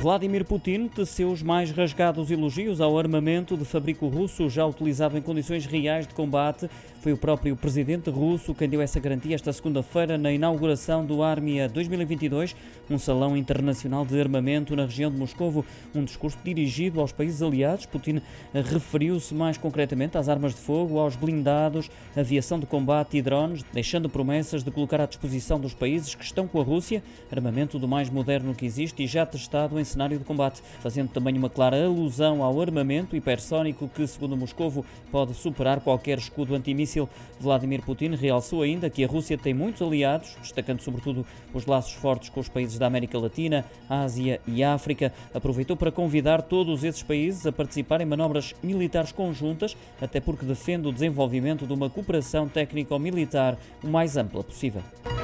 Vladimir Putin teceu os mais rasgados elogios ao armamento de fabrico russo já utilizado em condições reais de combate. Foi o próprio presidente russo quem deu essa garantia esta segunda-feira na inauguração do Armia 2022, um salão internacional de armamento na região de Moscovo. Um discurso dirigido aos países aliados. Putin referiu-se mais concretamente às armas de fogo, aos blindados, aviação de combate e drones, deixando promessas de colocar à disposição dos países que estão com a Rússia armamento do mais moderno que existe e já testado em cenário de combate, fazendo também uma clara alusão ao armamento hipersónico que, segundo Moscovo, pode superar qualquer escudo antimíssil. Vladimir Putin realçou ainda que a Rússia tem muitos aliados, destacando sobretudo os laços fortes com os países da América Latina, Ásia e África. Aproveitou para convidar todos esses países a participar em manobras militares conjuntas, até porque defende o desenvolvimento de uma cooperação técnico-militar o mais ampla possível.